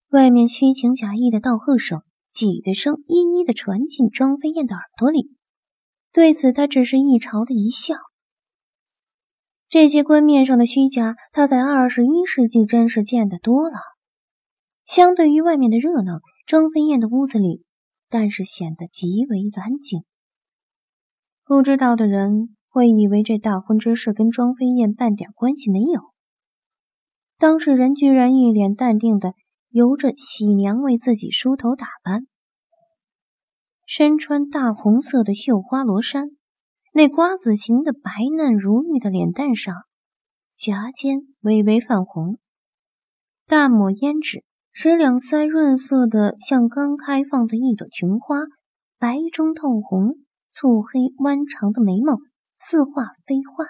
外面虚情假意的道贺声、挤兑声一一的传进庄飞燕的耳朵里。对此，他只是一嘲的一笑。这些冠冕上的虚假，他在21世纪真是见得多了。相对于外面的热闹，庄飞燕的屋子里，但是显得极为安静。不知道的人会以为这大婚之事跟庄飞燕半点关系没有。当事人居然一脸淡定的由着喜娘为自己梳头打扮，身穿大红色的绣花罗衫，那瓜子形的白嫩如玉的脸蛋上，颊尖微微泛红，淡抹胭脂，使两腮润色的像刚开放的一朵琼花，白中透红，蹙黑弯长的眉毛似画非画，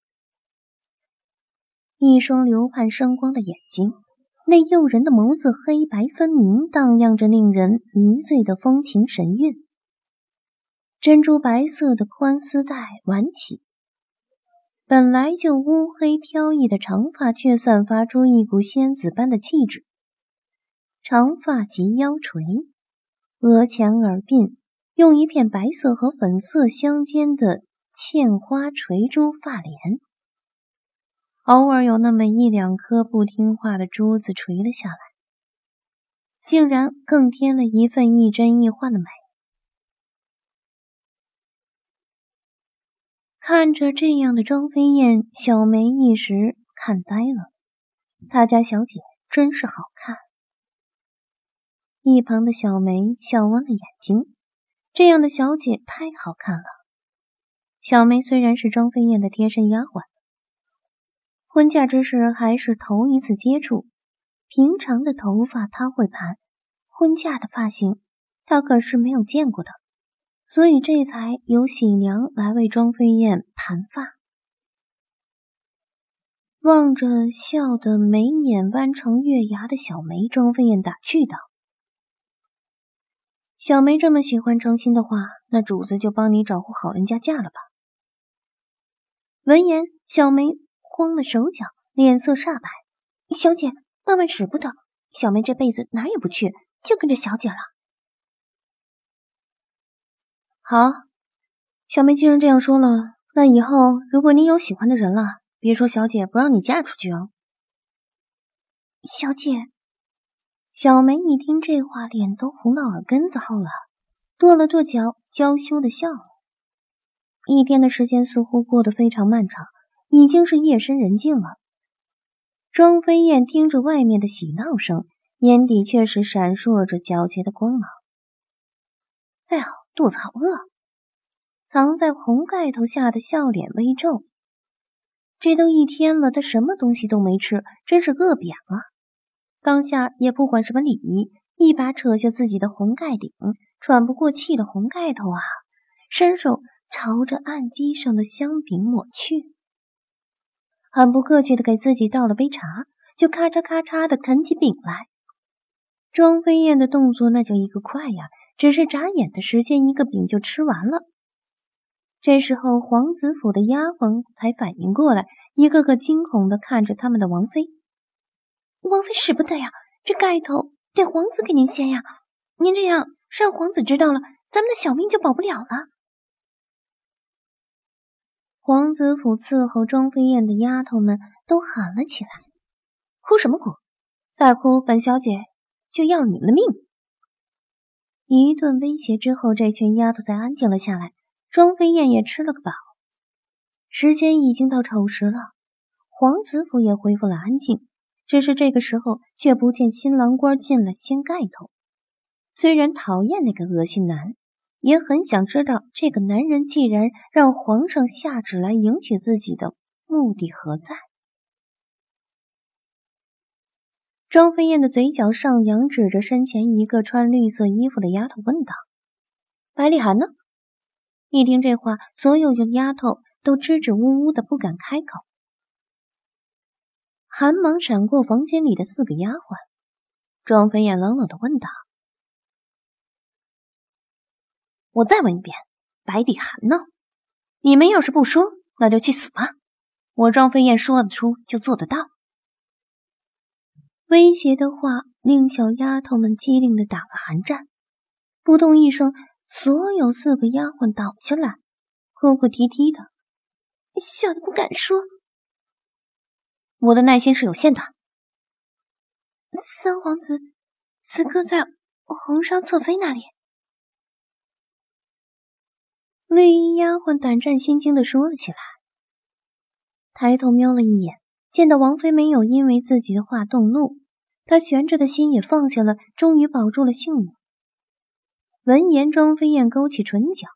一双流盼生光的眼睛，那诱人的眸子黑白分明，荡漾着令人迷醉的风情神韵。珍珠白色的宽丝带挽起，本来就乌黑飘逸的长发却散发出一股仙子般的气质。长发及腰垂，额前耳鬓用一片白色和粉色相间的嵌花垂珠发帘，偶尔有那么一两颗不听话的珠子垂了下来，竟然更添了一份亦真亦幻的美。看着这样的庄飞燕，小梅一时看呆了。他家小姐真是好看。一旁的小梅笑弯了眼睛，这样的小姐太好看了。小梅虽然是庄飞燕的贴身丫鬟，婚嫁之事还是头一次接触，平常的头发她会盘，婚嫁的发型她可是没有见过的。所以这才由喜娘来为庄飞燕盘发。望着笑得眉眼弯成月牙的小梅，庄飞燕打趣道：“小梅这么喜欢成亲的话，那主子就帮你找户好人家嫁了吧。”闻言，小梅慌了手脚，脸色煞白：“小姐，万万使不得！小梅这辈子哪儿也不去，就跟着小姐了。”好，小梅既然这样说了，那以后如果你有喜欢的人了，别说小姐不让你嫁出去哦。小姐，小梅一听这话，脸都红到耳根子后了，跺了跺脚，娇羞的笑了。一天的时间似乎过得非常漫长，已经是夜深人静了。庄飞燕听着外面的喜闹声，眼底却是闪烁着皎洁的光芒。哎呦，肚子好饿！藏在红盖头下的笑脸微皱。这都一天了，他什么东西都没吃，真是饿扁了。当下也不管什么礼仪，一把扯下自己的红盖顶，喘不过气的红盖头啊，伸手朝着案几上的香饼抹去，很不客气的给自己倒了杯茶，就咔嚓咔嚓的啃起饼来。庄飞燕的动作那叫一个快呀，只是眨眼的时间，一个饼就吃完了。这时候皇子府的丫鬟才反应过来，一个个惊恐地看着他们的王妃。王妃使不得呀，这盖头得皇子给您掀呀，您这样让皇子知道了，咱们的小命就保不了了。皇子府伺候庄飞燕的丫头们都喊了起来：哭什么哭，再哭本小姐就要了你们的命。一顿威胁之后，这群丫头才安静了下来，庄飞燕也吃了个饱。时间已经到丑时了，皇子府也恢复了安静，只是这个时候却不见新郎官进来掀盖头。虽然讨厌那个恶心男，也很想知道这个男人既然让皇上下旨来迎娶自己的目的何在。庄飞燕的嘴角上扬，指着身前一个穿绿色衣服的丫头问道：百里寒呢？一听这话，所有的丫头都支支吾吾的不敢开口。寒芒闪过房间里的4个丫鬟，庄飞燕冷冷的问道：我再问一遍，百里寒呢？你们要是不说，那就去死吧！我庄飞燕说得出就做得到。威胁的话令小丫头们机灵地打个寒战。扑通一声，所有4个丫鬟倒下来，哭哭啼啼的。小的不敢说。我的耐心是有限的。三皇子此刻在红裳侧妃那里。绿衣丫鬟胆战心惊地说了起来，抬头瞄了一眼，见到王妃没有因为自己的话动怒，她悬着的心也放下了，终于保住了性命。闻言，庄飞燕勾起唇角，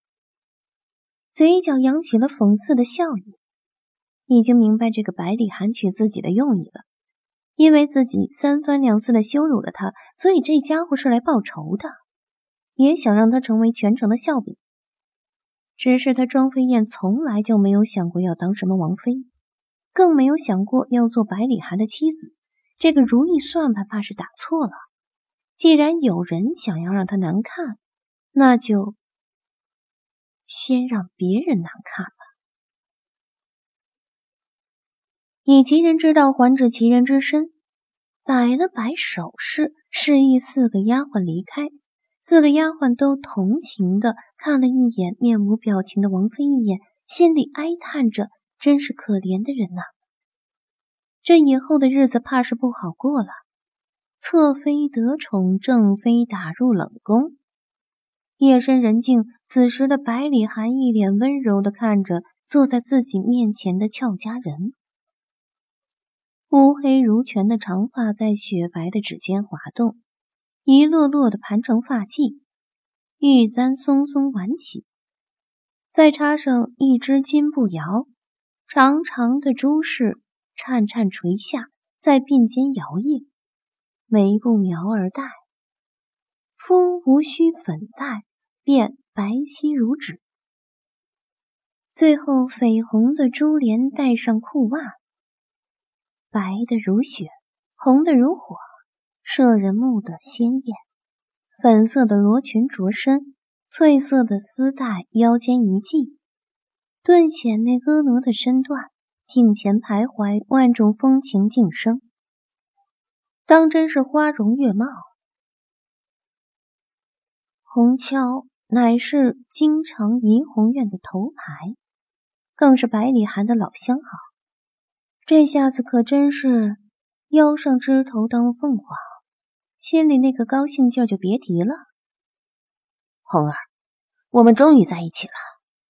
嘴角扬起了讽刺的笑意，已经明白这个百里寒娶自己的用意了。因为自己3番2次的羞辱了他，所以这家伙是来报仇的，也想让他成为全城的笑柄。只是他庄飞燕从来就没有想过要当什么王妃，更没有想过要做百里寒的妻子。这个如意算盘怕是打错了。既然有人想要让他难看，那就先让别人难看吧。以其人之道还治其人之身，摆了摆手势，示意4个丫鬟离开。4个丫鬟都同情地看了一眼面无表情的王妃一眼，心里哀叹着，真是可怜的人呐。这以后的日子怕是不好过了。侧妃得宠，正妃打入冷宫。夜深人静，此时的百里寒一脸温柔地看着坐在自己面前的俏佳人。乌黑如泉的长发在雪白的指尖滑动，一落落的盘成发髻，玉簪松松挽起，再插上一只金步摇，长长的珠饰颤颤垂下，在鬓间摇曳，眉不描而黛，肤无需粉黛，便白皙如纸。最后绯红的珠帘戴上裤袜，白的如雪，红的如火，摄人目的鲜艳。粉色的罗裙着身，翠色的丝带腰间一系，顿显那婀娜的身段。镜前徘徊，万种风情竞生，当真是花容月貌。红荞乃是京城怡红院的头牌，更是百里寒的老相好。这下子可真是腰上枝头当凤凰，心里那个高兴劲儿就别提了。红儿，我们终于在一起了。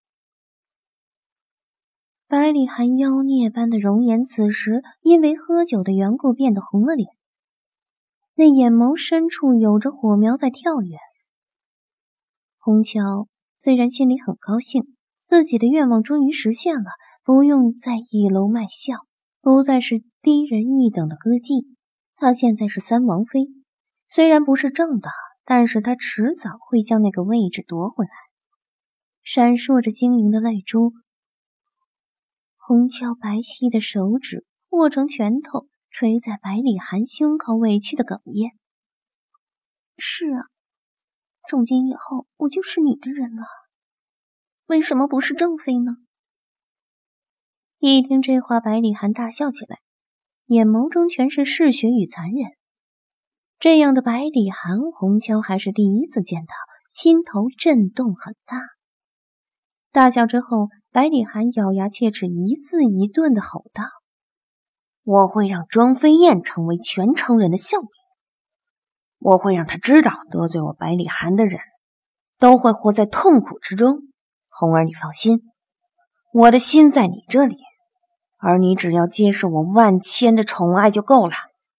百里寒妖孽般的容颜此时因为喝酒的缘故变得红了脸，那眼眸深处有着火苗在跳跃。红荞虽然心里很高兴，自己的愿望终于实现了，不用再倚楼卖笑，不再是低人一等的歌妓，她现在是3王妃，虽然不是正的，但是她迟早会将那个位置夺回来。闪烁着晶莹的泪珠，红荞白皙的手指握成拳头，捶在百里寒胸口，委屈的哽咽。是啊，从今以后我就是你的人了，为什么不是正妃呢？一听这话，百里寒大笑起来，眼眸中全是嗜血与残忍。这样的百里寒，红荞还是第一次见到，心头震动很大。大笑之后，百里寒咬牙切齿，一字一顿地吼道：“我会让庄飞燕成为全城人的笑柄，我会让他知道，得罪我百里寒的人都会活在痛苦之中。红儿，你放心，我的心在你这里，而你只要接受我万千的宠爱就够了。”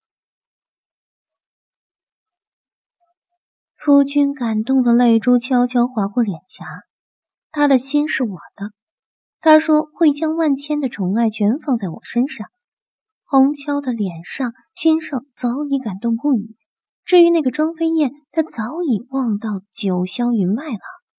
夫君感动的泪珠悄悄划过脸颊，他的心是我的，他说会将万千的宠爱全放在我身上。红荞的脸上心上早已感动不已，至于那个庄飞燕，他早已忘到九霄云外了。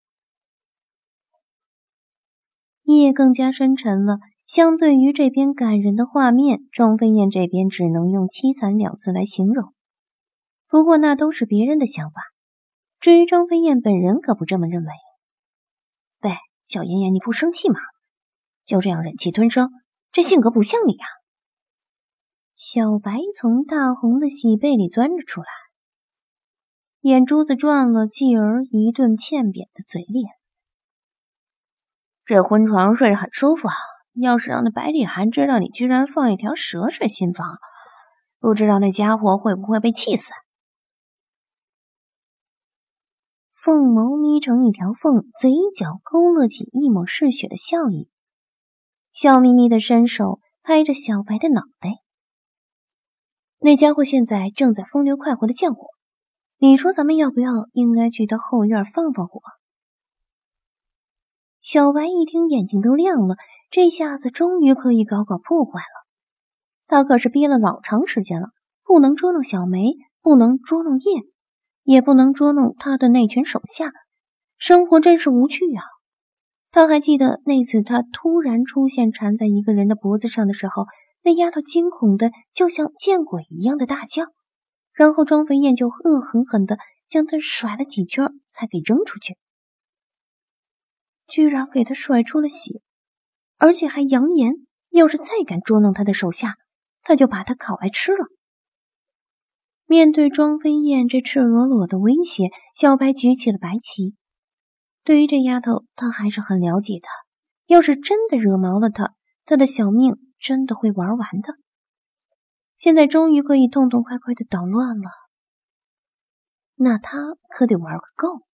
夜更加深沉了，相对于这边感人的画面，庄飞燕这边只能用凄惨2字来形容。不过那都是别人的想法，至于庄飞燕本人可不这么认为。喂，小妍妍，你不生气吗？就这样忍气吞声，这性格不像你啊。 小白从大红的喜被里钻着出来，眼珠子转了，继而一顿欠扁的嘴脸。这婚床睡着很舒服啊，要是让那白体涵知道你居然放一条蛇睡新房，不知道那家伙会不会被气死。凤眸眯成一条缝，嘴角勾勒起一抹嗜血的笑意，笑眯眯的伸手拍着小白的脑袋。那家伙现在正在风流快活的降火，你说咱们要不要应该去他后院放放火？小白一听眼睛都亮了，这下子终于可以搞搞破坏了。他可是憋了老长时间了，不能捉弄小梅，不能捉弄叶，也不能捉弄他的那群手下，生活真是无趣啊。他还记得那次他突然出现缠在一个人的脖子上的时候，那丫头惊恐的就像见鬼一样的大叫，然后庄飞燕就恶狠狠的将他甩了几圈才给扔出去，居然给他甩出了血，而且还扬言要是再敢捉弄他的手下，他就把他烤来吃了。面对庄飞燕这赤裸裸的威胁，小白举起了白旗。对于这丫头，他还是很了解的，要是真的惹毛了他，他的小命真的会玩完的。现在终于可以痛痛快快的捣乱了，那他可得玩个够。